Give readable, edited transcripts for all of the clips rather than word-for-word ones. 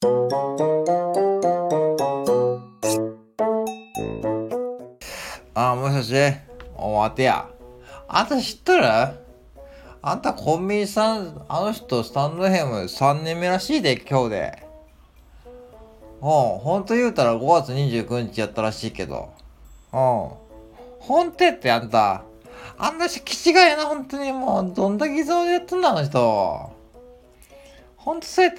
もしもし。待てや。あんた知っとる？あんたコンビニさん、あの人スタンドヘム3年目らしいで、今日で。ほんと言うたら5月29日やったらしいけど。ほんとやってあんた。あんなし、気違いやな、ほんとにもう、どんだけ依存やってんだ、あの人。ほんとそうやって。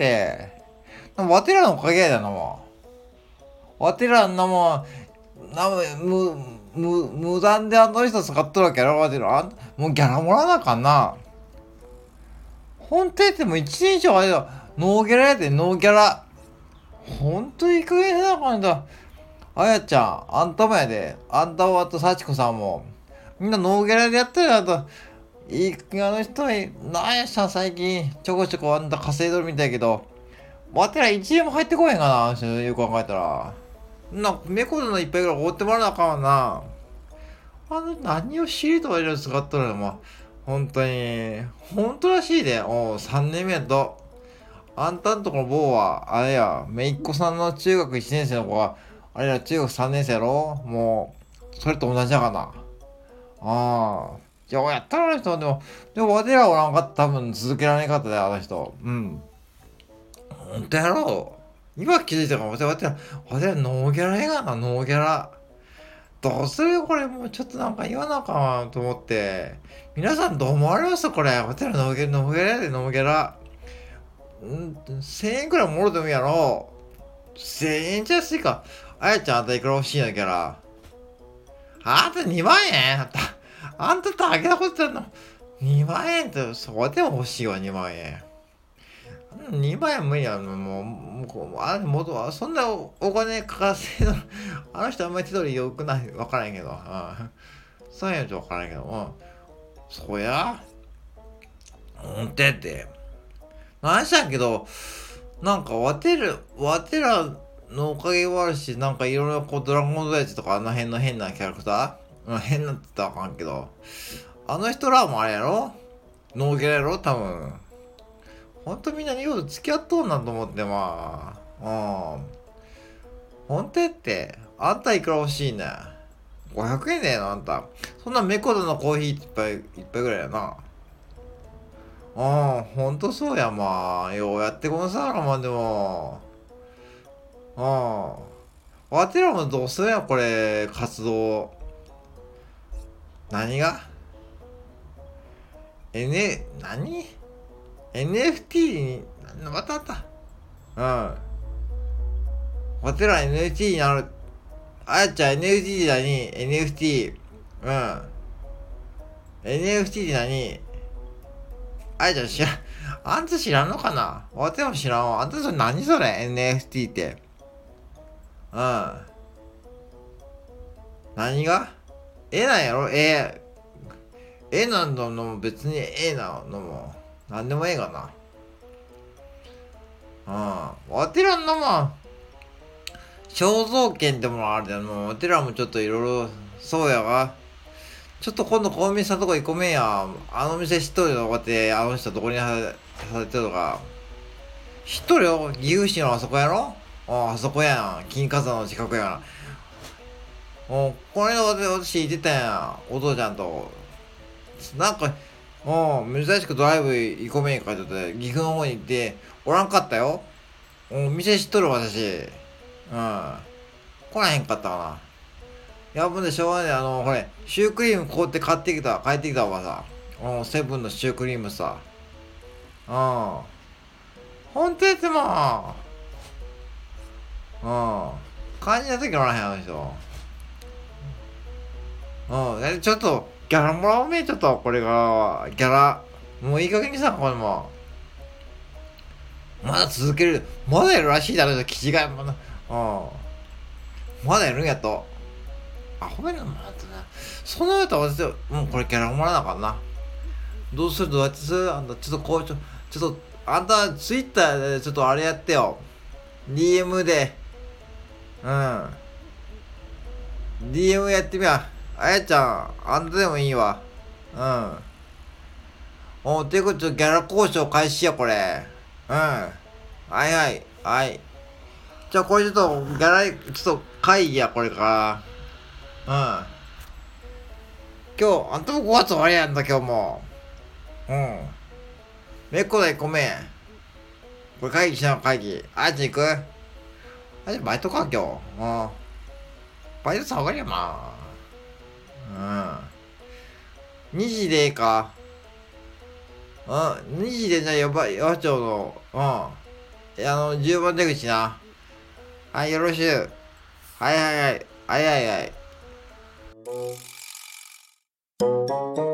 わてらのおかげやでなもん。わてらんなもん、無断であの人使っとるわけやろ、わてら。もうギャラもらわなあかんな。ほんとやってもう1年以上あれだ。ノーギャラやで、ノーギャラ。ほんといい加減な感じだ。あやちゃん、あんたもやで。あんたはと幸子さんも。みんなノーギャラでやってるやと。あの人に、なんやしたん最近、ちょこちょこあんた稼いどるみたいやけど、わてら1円も入ってこへんかな、あの人よく考えたら。猫背の一杯ぐらいおごってもらわなあかんわな。何を知りとはいろいろ使っとるのも、本当に、本当らしいで、3年目やと。あんたんとこの坊は、あれや、めいっ子さんの中学1年生の子が、あれや、中学3年生やろもう、それと同じやかな。ようやったらあの人、でも、わてらおらんかったら多分続けられなかったで、あの人。うん。ほんとやろう。今気づいたかも。わてらノーギャラやがな、ノーギャラ。どうするこれもうちょっとなんか言わなあかんと思って。皆さんどう思われますこれ。ホテルノーギャラやで、ノーギャラ。1000円くらいもろてもいいやろ。1000円じゃ安いか。あやちゃんあんたいくら欲しいのギャラ。あんた2万円あんたとあげたことあるの。2万円って、それでも欲しいわ、2万円。2万円無理やん、そんなお金かかせの、あの人あんまり手取り良くない、わからんけど、そうやんとわからんけど、そや、うんてって、なんしたんけど、なんかわてらのおかげもあるし、なんかいろいろこう、ドラゴンドライチとかあの辺の変なキャラクター変なって言ったらあかんけど、あの人らもあれやろノーギャラやろ多分。ほんとみんなによう付き合っとんなと思って、ほんとやって、あんたいくら欲しいねん。500円だよな、あんた。そんなメコドのコーヒー一杯ぐらいやな。ほんとそうや、ようやってこのさらでも。わてらもどうするや、これ、活動。何が 何 ?NFT に、またあった。わてら NFT になる。あやちゃん NFT だに NFT。うん。NFT って何あやちゃん知らん。あんた知らんのかなわても知らんわ。あんたそれ何それ ?NFT って。うん。何が絵なんやろ絵なんだのも別に絵なのも。なんでもええがな。わてらんのもん。肖像権ってものあるじゃん。もう、わてらもちょっといろいろ、そうやが。ちょっと今度コンビニさんとこ行こめんや。あの店知っとるよ。こうやって、あの人どこにされてるとか。知っとるよ。岐阜市のあそこやろあそこやん。金華山の近くやん。この間私行ってたやん。お父ちゃんと。なんか、珍しくドライブ行こめんかって言って、岐阜の方に行って、おらんかったよ。店知っとる私。来らへんかったかな。やぶんでしょうがねえ。これ、シュークリームこうやって帰ってきたわさ。セブンのシュークリームさ。ほんとやって感じの時おらへん、あの人。ちょっと、ギャラもらおうめ、ちょっと、これが、ギャラ。もういい加減にさ、これも。まだ続ける。まだやるらしいだろ、気違いもな。まだやるんやと。ほめなもらったな。その後私、これギャラもらわなあかんな。どうやってするあんた、ちょっとこう、ちょっと、あんた、ツイッターでちょっとあれやってよ。DM で。うん。DM やってみや。あやちゃん、あんたでもいいわ。うん。ていうことで、ギャラ交渉開始や、これ。うん。はいはい。はい。 これちょっと、ちょっと会議や、これから。うん。今日、あんたも5月終わりやんだ、今日も。うん。めっこだい、ごめん。これ会議しな、会議。あいつ行くあいつバイトか、今日。うん。バイト下がりや、まあ。うん。2時でええか。うん。2時でじゃあ、予長の、うん。10番出口な。はい、よろしゅう。はいはいはい。はいはいはい。